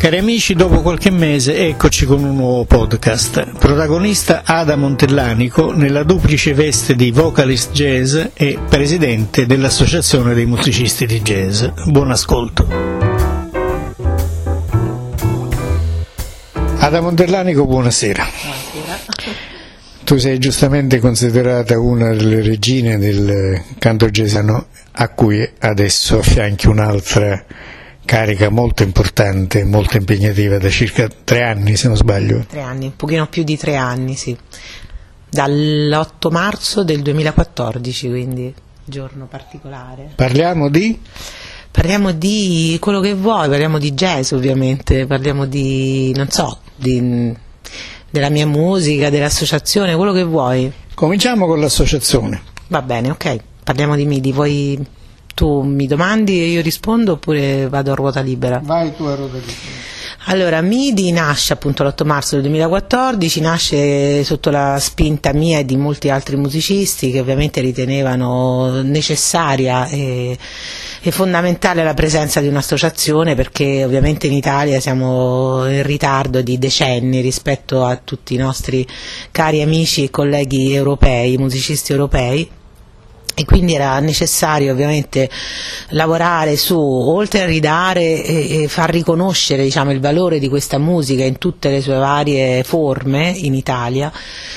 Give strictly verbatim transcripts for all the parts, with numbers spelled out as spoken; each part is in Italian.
Cari amici, dopo qualche mese eccoci con un nuovo podcast. Protagonista Ada Montellanico nella duplice veste di vocalist jazz e presidente dell'Associazione dei musicisti di jazz. Buon ascolto. Ada Montellanico, buonasera. Buonasera. Tu sei giustamente considerata una delle regine del canto jazzano, a cui adesso affianchi un'altra carica molto importante, molto impegnativa, da circa tre anni, se non sbaglio. Tre anni, un pochino più di tre anni, sì. Dall'otto marzo del duemilaquattordici, quindi giorno particolare. Parliamo di? Parliamo di quello che vuoi, parliamo di jazz ovviamente, parliamo di, non so, di, della mia musica, dell'associazione, quello che vuoi. Cominciamo con l'associazione. Va bene, ok, parliamo di Midi, vuoi... Tu mi domandi e io rispondo oppure vado a ruota libera? Vai tu a ruota libera. Allora, Midi nasce appunto l'otto marzo del duemilaquattordici, nasce sotto la spinta mia e di molti altri musicisti che ovviamente ritenevano necessaria e, e fondamentale la presenza di un'associazione, perché ovviamente in Italia siamo in ritardo di decenni rispetto a tutti i nostri cari amici e colleghi europei, musicisti europei. E quindi era necessario ovviamente lavorare su, oltre a ridare e, e far riconoscere, diciamo, il valore di questa musica in tutte le sue varie forme in Italia,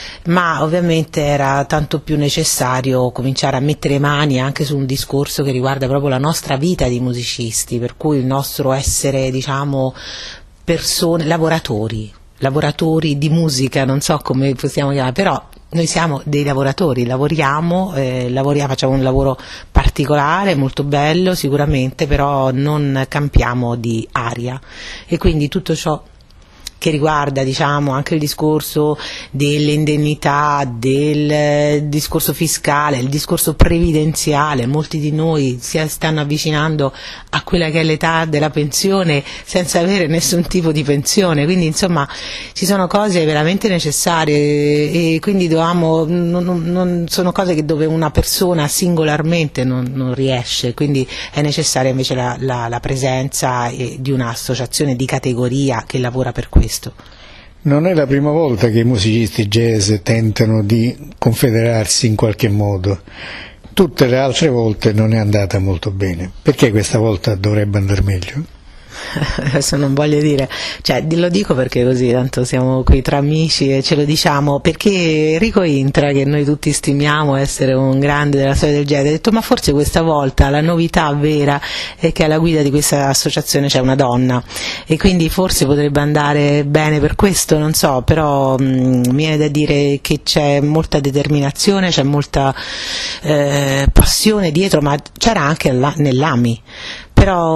ma ovviamente era tanto più necessario cominciare a mettere mani anche su un discorso che riguarda proprio la nostra vita di musicisti, per cui il nostro essere, diciamo, persone, lavoratori, lavoratori di musica, non so come possiamo chiamare, però noi siamo dei lavoratori, lavoriamo, eh, lavoriamo, facciamo un lavoro particolare, molto bello sicuramente, però non campiamo di aria, e quindi tutto ciò che riguarda, diciamo, anche il discorso delle indennità, del discorso fiscale, il discorso previdenziale. Molti di noi si stanno avvicinando a quella che è l'età della pensione senza avere nessun tipo di pensione, quindi insomma ci sono cose veramente necessarie e quindi dovevamo, non, non sono cose che dove una persona singolarmente non, non riesce, quindi è necessaria invece la, la, la presenza di un'associazione di categoria che lavora per questo. Non è la prima volta che i musicisti jazz tentano di confederarsi in qualche modo. Tutte le altre volte non è andata molto bene. Perché questa volta dovrebbe andare meglio? Adesso non voglio dire, cioè lo dico perché così tanto siamo qui tra amici e ce lo diciamo, perché Enrico Intra, che noi tutti stimiamo essere un grande della storia del jazz, ha detto ma forse questa volta la novità vera è che alla guida di questa associazione c'è una donna e quindi forse potrebbe andare bene per questo, non so, però mh, mi viene da dire che c'è molta determinazione, c'è molta eh, passione dietro, ma c'era anche nell'A M I. Però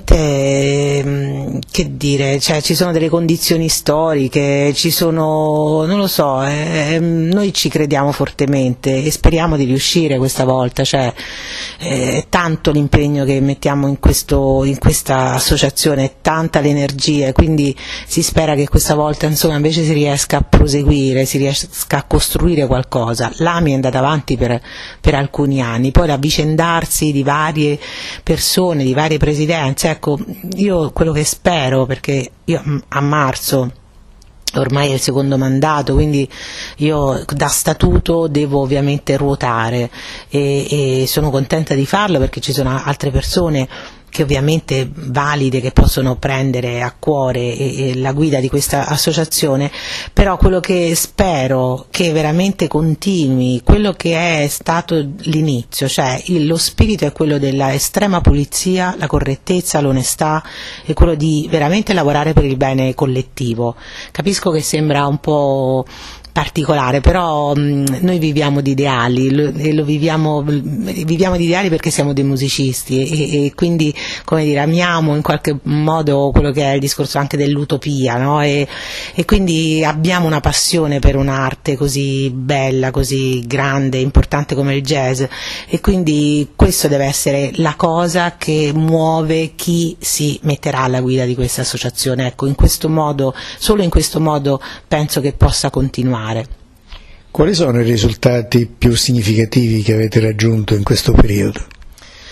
ovviamente, che dire, cioè, ci sono delle condizioni storiche, ci sono, non lo so, eh, noi ci crediamo fortemente e speriamo di riuscire questa volta, cioè, è tanto l'impegno che mettiamo in, questo, in questa associazione, è tanta l'energia, quindi si spera che questa volta insomma invece si riesca a proseguire, si riesca a costruire qualcosa. L'A M I è andata avanti per, per alcuni anni, poi l'avvicendarsi di varie persone, di varie presidenze, ecco, io quello che spero, perché io a marzo ormai è il secondo mandato, quindi io da statuto devo ovviamente ruotare e, e sono contenta di farlo perché ci sono altre persone che ovviamente valide, che possono prendere a cuore e, e la guida di questa associazione, però quello che spero che veramente continui, quello che è stato l'inizio, cioè il, lo spirito è quello della estrema pulizia, la correttezza, l'onestà e quello di veramente lavorare per il bene collettivo. Capisco che sembra un po' particolare, però mh, noi viviamo di ideali lo, e lo viviamo, viviamo di ideali perché siamo dei musicisti e, e quindi, come dire, amiamo in qualche modo quello che è il discorso anche dell'utopia, no? e, e quindi abbiamo una passione per un'arte così bella, così grande, importante come il jazz, e quindi questo deve essere la cosa che muove chi si metterà alla guida di questa associazione. Ecco, in questo modo, solo in questo modo penso che possa continuare. Quali sono i risultati più significativi che avete raggiunto in questo periodo?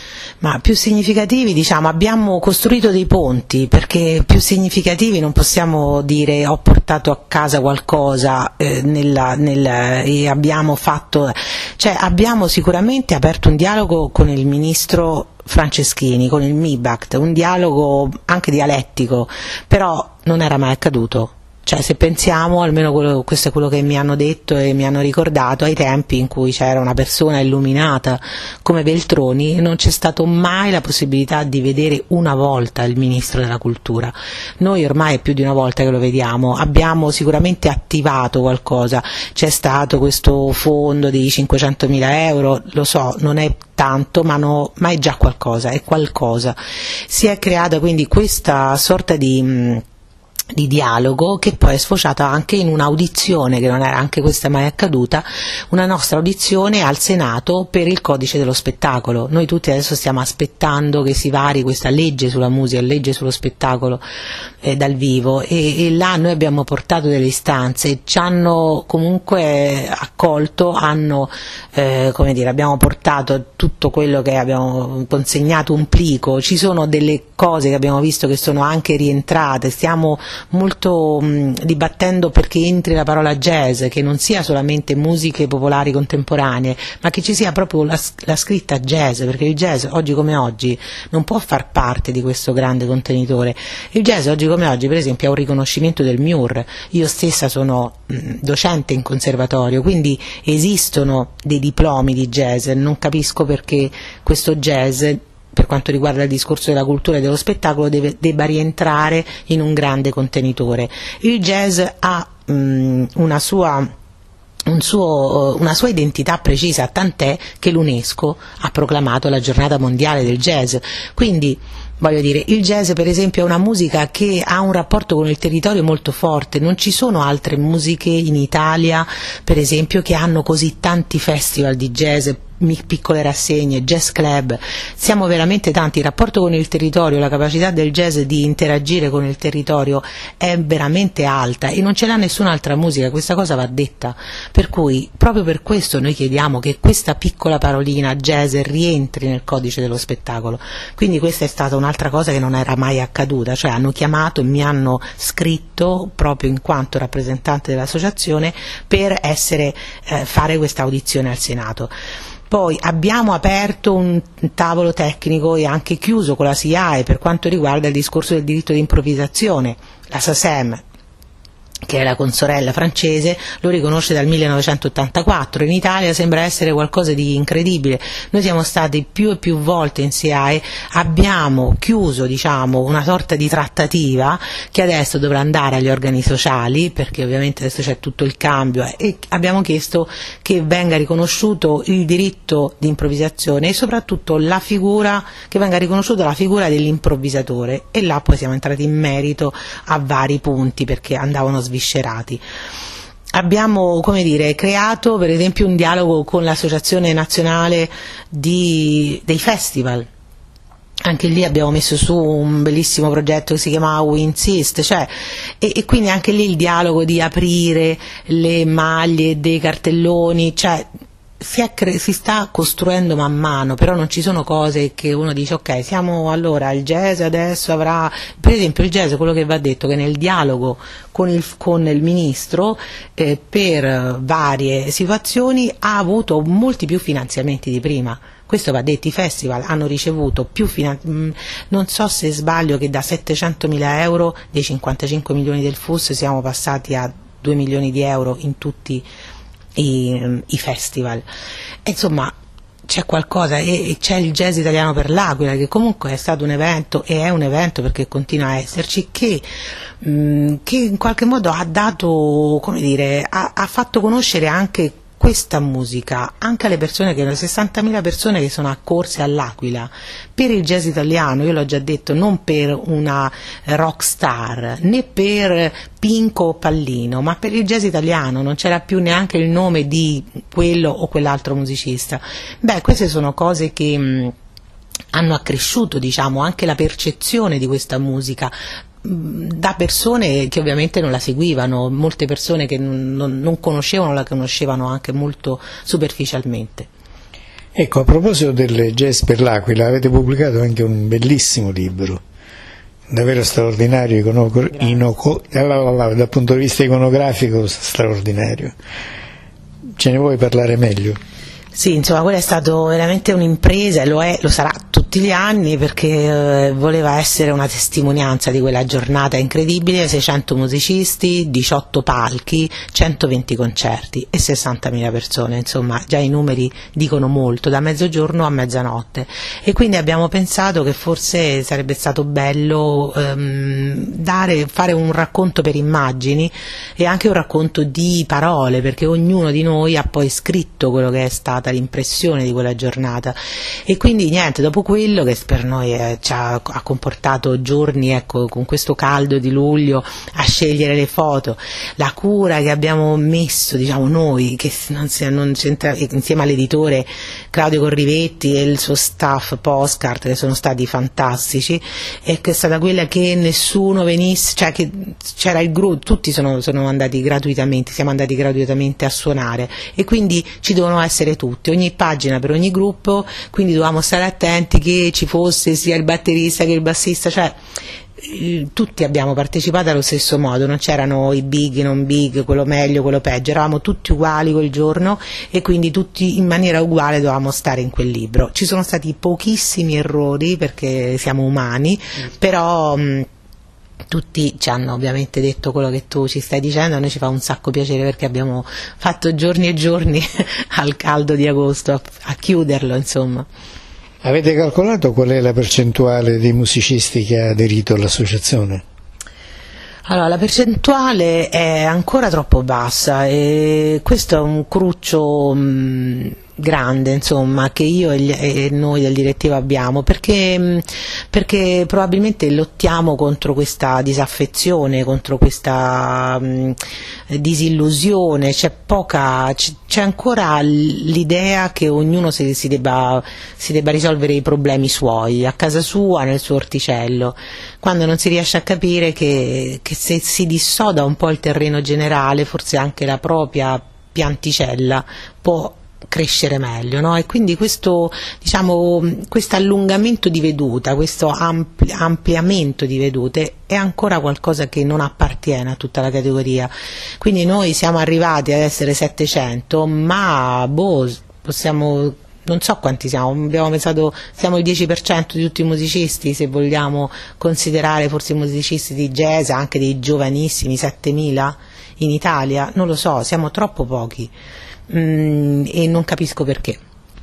Ma più significativi, diciamo, abbiamo costruito dei ponti, perché più significativi non possiamo dire ho portato a casa qualcosa eh, nella, nella, e abbiamo fatto, cioè abbiamo sicuramente aperto un dialogo con il ministro Franceschini, con il MIBACT, un dialogo anche dialettico, però non era mai accaduto. Cioè, se pensiamo, almeno quello, questo è quello che mi hanno detto e mi hanno ricordato, ai tempi in cui c'era una persona illuminata come Veltroni, non c'è stato mai la possibilità di vedere una volta il Ministro della Cultura. Noi ormai è più di una volta che lo vediamo, abbiamo sicuramente attivato qualcosa, c'è stato questo fondo di cinquecentomila euro, lo so, non è tanto, ma, no, ma è già qualcosa, è qualcosa. Si è creata quindi questa sorta di... di dialogo che poi è sfociata anche in un'audizione, che non era anche questa mai accaduta, una nostra audizione al Senato per il codice dello spettacolo. Noi tutti adesso stiamo aspettando che si vari questa legge sulla musica, legge sullo spettacolo eh, dal vivo, e, e là noi abbiamo portato delle istanze, ci hanno comunque accolto, hanno eh, come dire, abbiamo portato tutto quello che abbiamo consegnato, un plico, ci sono delle cose che abbiamo visto che sono anche rientrate, stiamo molto mh, dibattendo perché entri la parola jazz, che non sia solamente musiche popolari contemporanee, ma che ci sia proprio la, la scritta jazz, perché il jazz oggi come oggi non può far parte di questo grande contenitore. Il jazz oggi come oggi per esempio ha un riconoscimento del M I U R, io stessa sono mh, docente in conservatorio, quindi esistono dei diplomi di jazz, non capisco perché questo jazz, per quanto riguarda il discorso della cultura e dello spettacolo, deve, debba rientrare in un grande contenitore. Il jazz ha mh, una sua Un suo, una sua identità precisa, tant'è che l'UNESCO ha proclamato la giornata mondiale del jazz. Quindi voglio dire, il jazz per esempio è una musica che ha un rapporto con il territorio molto forte, non ci sono altre musiche in Italia per esempio che hanno così tanti festival di jazz, piccole rassegne, jazz club, siamo veramente tanti, il rapporto con il territorio, la capacità del jazz di interagire con il territorio è veramente alta e non ce l'ha nessun'altra musica, questa cosa va detta, per cui proprio per questo noi chiediamo che questa piccola parolina jazz rientri nel codice dello spettacolo. Quindi questa è stata un'altra cosa che non era mai accaduta, cioè hanno chiamato e mi hanno scritto proprio in quanto rappresentante dell'associazione per essere, eh, fare questa audizione al Senato. Poi abbiamo aperto un tavolo tecnico e anche chiuso con la S I A E per quanto riguarda il discorso del diritto di improvvisazione. La S A S E M, che è la consorella francese, lo riconosce dal millenovecentottantaquattro. In Italia sembra essere qualcosa di incredibile. Noi siamo stati più e più volte in S I A E, abbiamo chiuso diciamo una sorta di trattativa che adesso dovrà andare agli organi sociali, perché ovviamente adesso c'è tutto il cambio, e abbiamo chiesto che venga riconosciuto il diritto di improvvisazione e soprattutto la figura, che venga riconosciuta la figura dell'improvvisatore, e là poi siamo entrati in merito a vari punti perché andavano sviscerati. Abbiamo, come dire, creato per esempio un dialogo con l'Associazione Nazionale di, dei Festival. Anche lì abbiamo messo su un bellissimo progetto che si chiamava We Insist, cioè, e, e quindi anche lì il dialogo di aprire le maglie dei cartelloni, cioè Si, è cre- si sta costruendo man mano, però non ci sono cose che uno dice ok, siamo allora il jazz adesso avrà, per esempio il jazz, quello che va detto che nel dialogo con il, con il ministro eh, per varie situazioni ha avuto molti più finanziamenti di prima. Questo va detto, i festival hanno ricevuto più finanziamenti, non so se sbaglio che da settecentomila euro dei cinquantacinque milioni del F U S siamo passati a due milioni di euro in tutti I, i festival. E insomma c'è qualcosa, e, e c'è il Jazz Italiano per l'Aquila, che comunque è stato un evento e è un evento perché continua a esserci, che, mh, che in qualche modo ha dato, come dire, ha, ha fatto conoscere anche questa musica anche alle persone, che le sessantamila persone che sono accorse all'Aquila per il jazz italiano. Io l'ho già detto, non per una rock star né per Pinco o Pallino, ma per il jazz italiano. Non c'era più neanche il nome di quello o quell'altro musicista. Beh, queste sono cose che mh, hanno accresciuto, diciamo, anche la percezione di questa musica da persone che ovviamente non la seguivano, molte persone che non, non conoscevano la conoscevano anche molto superficialmente. Ecco, a proposito del jazz per l'Aquila, avete pubblicato anche un bellissimo libro, davvero straordinario, icono- inoco- dal punto di vista iconografico straordinario. Ce ne vuoi parlare meglio? Sì, insomma, quella è stata veramente un'impresa e lo è, lo sarà tutti gli anni, perché eh, voleva essere una testimonianza di quella giornata incredibile: seicento musicisti, diciotto palchi, centoventi concerti e sessantamila persone, insomma già i numeri dicono molto, da mezzogiorno a mezzanotte, e quindi abbiamo pensato che forse sarebbe stato bello ehm, dare, fare un racconto per immagini e anche un racconto di parole, perché ognuno di noi ha poi scritto quello che è stato l'impressione di quella giornata, e quindi niente, dopo quello che per noi eh, ci ha, ha comportato giorni, ecco, con questo caldo di luglio, a scegliere le foto, la cura che abbiamo messo, diciamo noi, che non si, non c'entra, insieme all'editore Claudio Corrivetti e il suo staff Postcard, che sono stati fantastici, e che è stata quella che nessuno venisse, cioè che c'era il gruppo, tutti sono, sono andati gratuitamente, siamo andati gratuitamente a suonare, e quindi ci devono essere tutti, ogni pagina per ogni gruppo, quindi dovevamo stare attenti che ci fosse sia il batterista che il bassista, cioè tutti abbiamo partecipato allo stesso modo, non c'erano i big, i non big, quello meglio, quello peggio, eravamo tutti uguali quel giorno, e quindi tutti in maniera uguale dovevamo stare in quel libro. Ci sono stati pochissimi errori perché siamo umani, mm. però mh, tutti ci hanno ovviamente detto quello che tu ci stai dicendo, a noi ci fa un sacco piacere, perché abbiamo fatto giorni e giorni al caldo di agosto a, a chiuderlo, insomma. Avete calcolato qual è la percentuale dei musicisti che ha aderito all'associazione? Allora, la percentuale è ancora troppo bassa, e questo è un cruccio mh, grande, insomma, che io e, gli, e noi del direttivo abbiamo, perché, perché probabilmente lottiamo contro questa disaffezione, contro questa mh, disillusione, c'è poca, c'è ancora l'idea che ognuno si, si, debba, si debba risolvere i problemi suoi, a casa sua, nel suo orticello, quando non si riesce a capire che, che se si dissoda un po' il terreno generale, forse anche la propria pianticella può crescere meglio, no? E quindi questo, diciamo, questo allungamento di veduta, questo ampli, ampliamento di vedute è ancora qualcosa che non appartiene a tutta la categoria. Quindi noi siamo arrivati ad essere settecento, ma boh, possiamo, non so quanti siamo, abbiamo pensato siamo il dieci per cento di tutti i musicisti, se vogliamo considerare forse i musicisti di jazz, anche dei giovanissimi, settemila in Italia, non lo so, siamo troppo pochi. Mm, e non capisco perché.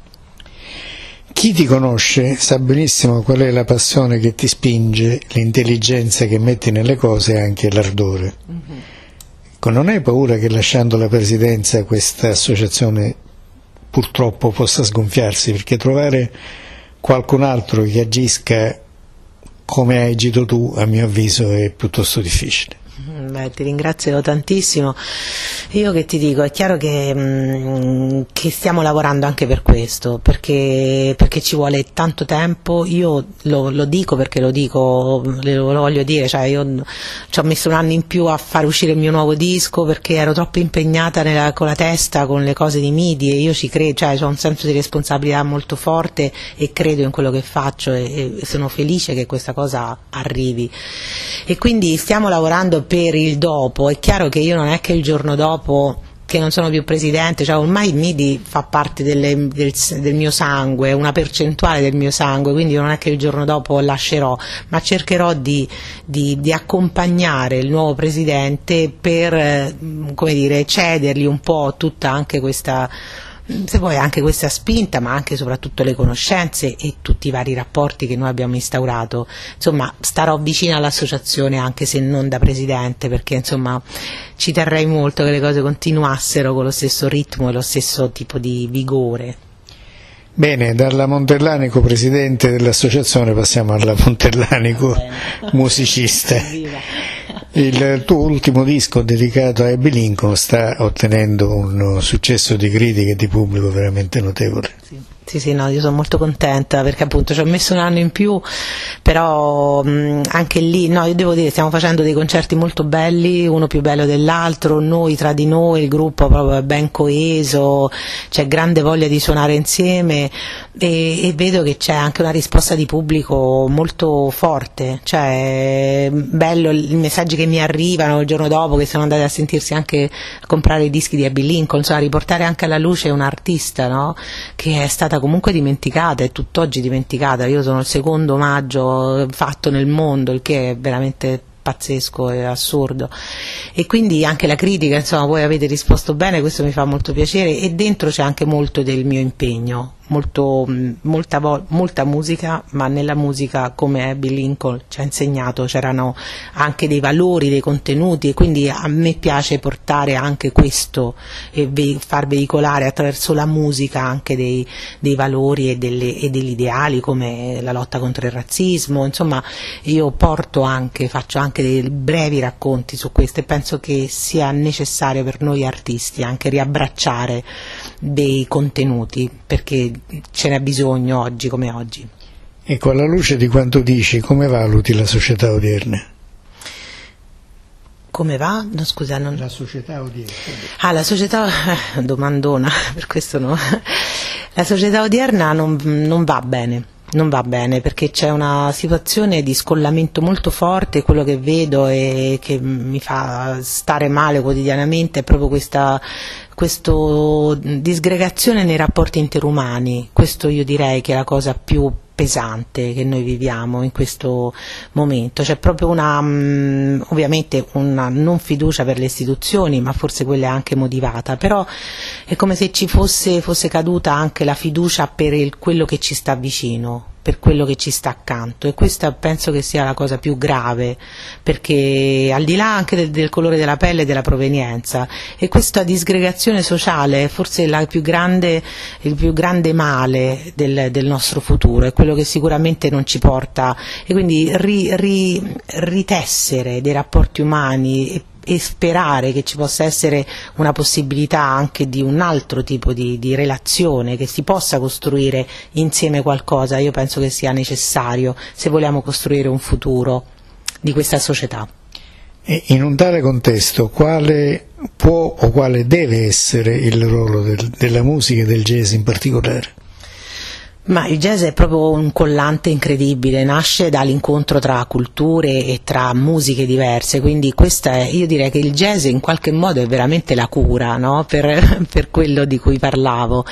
Chi ti conosce sa benissimo qual è la passione che ti spinge, l'intelligenza che metti nelle cose e anche l'ardore. Mm-hmm. Non hai paura che lasciando la presidenza questa associazione purtroppo possa sgonfiarsi, perché trovare qualcun altro che agisca come hai agito tu, a mio avviso, è piuttosto difficile. Beh, ti ringrazio tantissimo. Io che ti dico, è chiaro che, mh, che stiamo lavorando anche per questo, perché, perché ci vuole tanto tempo. Io lo, lo dico perché lo dico, lo, lo voglio dire, cioè io ci ho messo un anno in più a far uscire il mio nuovo disco perché ero troppo impegnata nella, con la testa con le cose di Midi, e io ci credo, cioè ho un senso di responsabilità molto forte e credo in quello che faccio, e, e sono felice che questa cosa arrivi, e quindi stiamo lavorando per il dopo. È chiaro che io non è che il giorno dopo, che non sono più presidente, cioè ormai Midi fa parte delle, del, del mio sangue, una percentuale del mio sangue, quindi non è che il giorno dopo lascerò, ma cercherò di, di, di accompagnare il nuovo presidente per, come dire, cedergli un po' tutta anche questa, se vuoi, anche questa spinta, ma anche e soprattutto le conoscenze e tutti i vari rapporti che noi abbiamo instaurato. Insomma, starò vicina all'associazione anche se non da presidente, perché insomma ci terrei molto che le cose continuassero con lo stesso ritmo e lo stesso tipo di vigore. Bene, dalla Montellanico presidente dell'associazione passiamo alla Montellanico musicista. Il tuo ultimo disco dedicato a Abby Lincoln sta ottenendo un successo di critica e di pubblico veramente notevole. Sì. Sì, sì, no, io sono molto contenta perché appunto ci ho messo un anno in più, però mh, anche lì, no, io devo dire, stiamo facendo dei concerti molto belli, uno più bello dell'altro, noi tra di noi, il gruppo proprio è ben coeso, c'è grande voglia di suonare insieme e, e vedo che c'è anche una risposta di pubblico molto forte, cioè bello i messaggi che mi arrivano il giorno dopo, che sono andati a sentirsi anche a comprare i dischi di Abby Lincoln, insomma riportare anche alla luce un'artista, no? Che è stata comunque dimenticata, è tutt'oggi dimenticata. Io sono il secondo omaggio fatto nel mondo, il che è veramente pazzesco e assurdo, e quindi anche la critica, insomma, voi avete risposto bene, questo mi fa molto piacere, e dentro c'è anche molto del mio impegno, molto, molta, molta musica, ma nella musica, come Abby Lincoln ci ha insegnato, c'erano anche dei valori, dei contenuti, e quindi a me piace portare anche questo e ve- far veicolare attraverso la musica anche dei, dei valori e, delle, e degli ideali, come la lotta contro il razzismo. Insomma, io porto anche, faccio anche dei brevi racconti su questo, e penso che sia necessario per noi artisti anche riabbracciare dei contenuti, perché ce n'è bisogno oggi come oggi. Ecco, alla luce di quanto dici, come valuti la società odierna? Come va? No, scusa, non... La società odierna. Ah, la società, eh, domandona, per questo no. La società odierna non, non va bene. Non va bene, perché c'è una situazione di scollamento molto forte, quello che vedo e che mi fa stare male quotidianamente è proprio questa questo disgregazione nei rapporti interumani. Questo io direi che è la cosa più pesante che noi viviamo in questo momento. C'è proprio una mh, ovviamente una non fiducia per le istituzioni, ma forse quella è anche motivata, però è come se ci fosse, fosse caduta anche la fiducia per il, quello che ci sta vicino, per quello che ci sta accanto, e questa penso che sia la cosa più grave, perché al di là anche del, del colore della pelle e della provenienza, e questa disgregazione sociale è forse la più grande, il più grande male del, del nostro futuro, è quello che sicuramente non ci porta, e quindi ri, ri, ritessere dei rapporti umani e e sperare che ci possa essere una possibilità anche di un altro tipo di, di relazione, che si possa costruire insieme qualcosa, io penso che sia necessario se vogliamo costruire un futuro di questa società. E in un tale contesto quale può o quale deve essere il ruolo del, della musica e del jazz in particolare? Ma il jazz è proprio un collante incredibile, nasce dall'incontro tra culture e tra musiche diverse, quindi questa è, io direi che il jazz in qualche modo è veramente la cura, no? per, per quello di cui parlavo,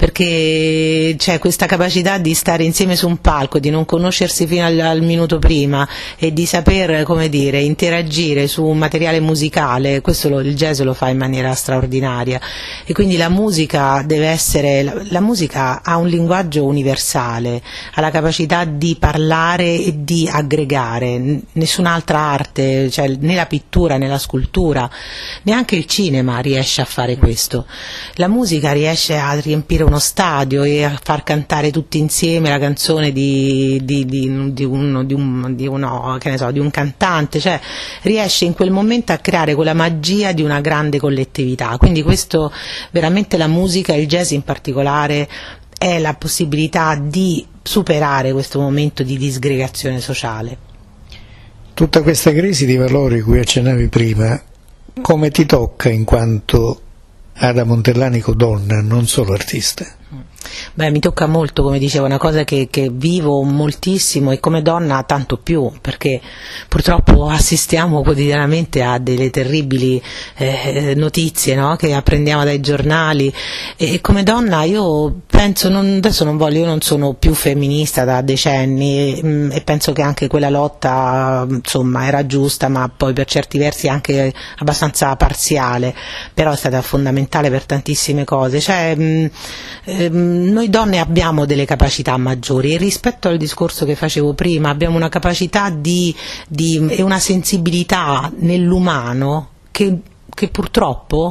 perché c'è questa capacità di stare insieme su un palco, di non conoscersi fino al, al minuto prima e di saper, come dire, interagire su un materiale musicale. Questo lo, il jazz lo fa in maniera straordinaria, e quindi la musica deve essere, la, la musica ha un linguaggio universale, ha la capacità di parlare e di aggregare. Nessun'altra arte, cioè né la pittura né la scultura, neanche il cinema riesce a fare questo. La musica riesce a riempire uno stadio e a far cantare tutti insieme la canzone di, di, di, di, uno, di, un, di, uno, che ne so, di un cantante, cioè riesce in quel momento a creare quella magia di una grande collettività. Quindi questo veramente, la musica, il jazz in particolare, è la possibilità di superare questo momento di disgregazione sociale. Tutta questa crisi di valori cui accennavi prima, come ti tocca in quanto Ada Montellanico donna, non solo artista? Beh, mi tocca molto, come dicevo, una cosa che, che vivo moltissimo, e come donna tanto più, perché purtroppo assistiamo quotidianamente a delle terribili eh, notizie, no? Che apprendiamo dai giornali, e, e come donna io penso, non, adesso non voglio, io non sono più femminista da decenni, e, e penso che anche quella lotta, insomma, era giusta, ma poi per certi versi anche abbastanza parziale, però è stata fondamentale per tantissime cose. Cioè, mh, ehm, noi donne abbiamo delle capacità maggiori, e rispetto al discorso che facevo prima abbiamo una capacità di, di, e una sensibilità nell'umano che, che purtroppo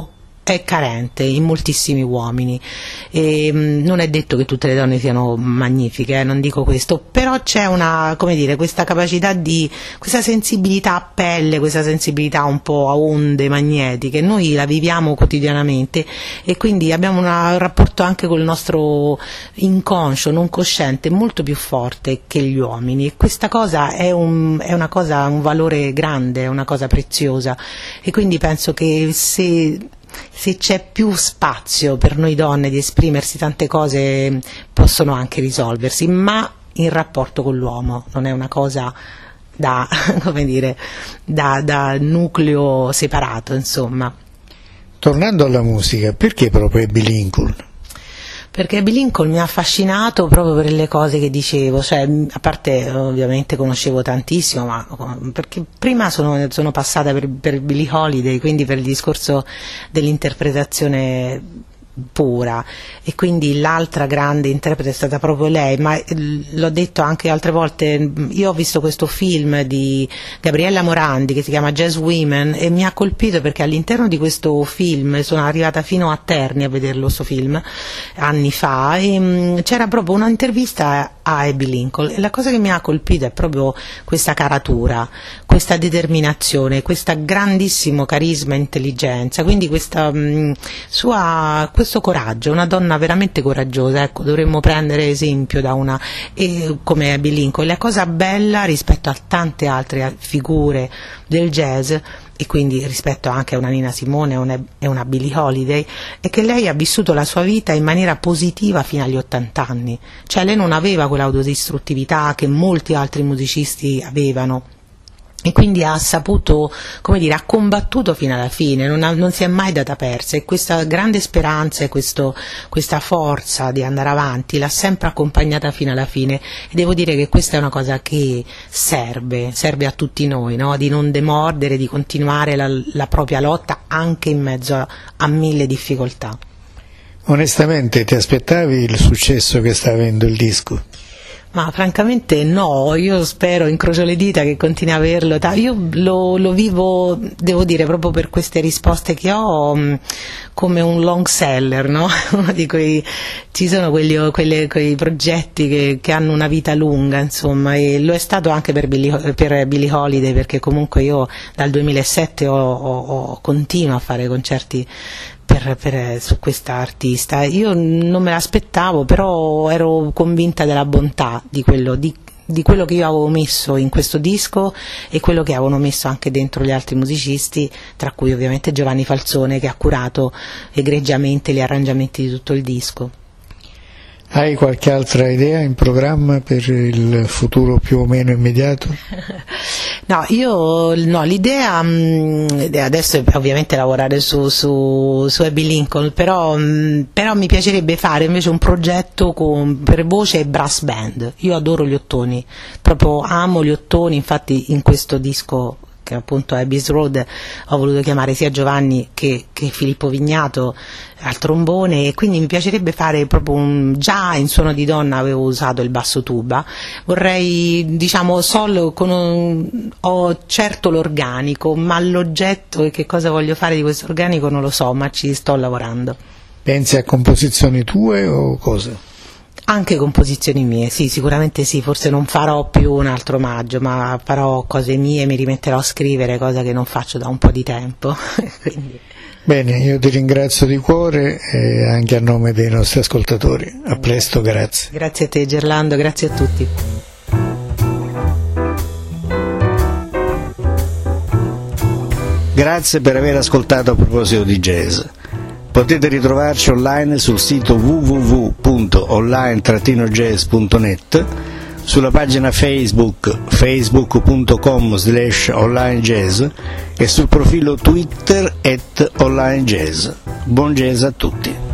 è carente in moltissimi uomini, e mh, non è detto che tutte le donne siano magnifiche, eh, non dico questo, però c'è una, come dire, questa capacità di, questa sensibilità a pelle, questa sensibilità un po' a onde magnetiche, noi la viviamo quotidianamente e quindi abbiamo una, un rapporto anche col nostro inconscio, non cosciente, molto più forte che gli uomini, e questa cosa è, un, è una cosa, un valore grande, è una cosa preziosa, e quindi penso che se se c'è più spazio per noi donne di esprimersi, tante cose possono anche risolversi, ma in rapporto con l'uomo, non è una cosa da, come dire, da, da nucleo separato, insomma. Tornando alla musica, perché proprio Abby Lincoln? Perché Abby Lincoln mi ha affascinato proprio per le cose che dicevo, cioè, a parte ovviamente conoscevo tantissimo, ma perché prima sono, sono passata per, per Billie Holiday, quindi per il discorso dell'interpretazione pura, e quindi l'altra grande interprete è stata proprio lei, ma l'ho detto anche altre volte, io ho visto questo film di Gabriella Morandi che si chiama Jazz Women e mi ha colpito perché all'interno di questo film, sono arrivata fino a Terni a vederlo sto film anni fa, e mh, c'era proprio un'intervista a Abby Lincoln e la cosa che mi ha colpito è proprio questa caratura, questa determinazione, questo grandissimo carisma e intelligenza, quindi questa mh, sua questo coraggio, una donna veramente coraggiosa, ecco, dovremmo prendere esempio da una e, come Abby Lincoln. La cosa bella rispetto a tante altre figure del jazz, e quindi rispetto anche a una Nina Simone e una, e una Billie Holiday, è che lei ha vissuto la sua vita in maniera positiva fino agli ottanta anni, cioè lei non aveva quell'autodistruttività che molti altri musicisti avevano, e quindi ha saputo, come dire, ha combattuto fino alla fine, non, ha, non si è mai data persa, e questa grande speranza e questo, questa forza di andare avanti l'ha sempre accompagnata fino alla fine, e devo dire che questa è una cosa che serve, serve a tutti noi, no? Di non demordere, di continuare la, la propria lotta anche in mezzo a, a mille difficoltà. Onestamente ti aspettavi il successo che sta avendo il disco? Ma francamente no, io spero, incrocio le dita che continui a averlo. Io lo, lo vivo, devo dire, proprio per queste risposte che ho, mh, come un long seller, no? Uno di quei, ci sono quelli, quelle, quei progetti che, che hanno una vita lunga, insomma, e lo è stato anche per Billie, per Billie Holiday, perché comunque io dal duemilasette ho, ho, ho continuo a fare concerti Per, per, su questa artista. Io non me l'aspettavo, però ero convinta della bontà di quello, di, di quello che io avevo messo in questo disco e quello che avevano messo anche dentro gli altri musicisti, tra cui ovviamente Giovanni Falzone, che ha curato egregiamente gli arrangiamenti di tutto il disco. Hai qualche altra idea in programma per il futuro più o meno immediato? No, io no, l'idea mh, adesso è ovviamente lavorare su, su, su Abby Lincoln, però, mh, però mi piacerebbe fare invece un progetto con, per voce e brass band. Io adoro gli ottoni, proprio amo gli ottoni, infatti in questo disco, che appunto è Abbey's Road, ho voluto chiamare sia Giovanni che, che Filippo Vignato al trombone, e quindi mi piacerebbe fare proprio un, già in suono di donna avevo usato il basso tuba, vorrei, diciamo, solo con un, ho certo l'organico, ma l'oggetto e che cosa voglio fare di questo organico non lo so, ma ci sto lavorando. Pensi a composizioni tue o cosa? Anche composizioni mie, sì, sicuramente sì, forse non farò più un altro omaggio, ma farò cose mie, mi rimetterò a scrivere, cosa che non faccio da un po' di tempo. Quindi. Bene, io ti ringrazio di cuore e anche a nome dei nostri ascoltatori. A presto, grazie. Grazie a te Gerlando, grazie a tutti. Grazie per aver ascoltato A Proposito di Jazz. Potete ritrovarci online sul sito w w w punto online trattino jazz punto net, sulla pagina Facebook facebook punto com slash online jazz e sul profilo Twitter at online jazz. Buon jazz a tutti!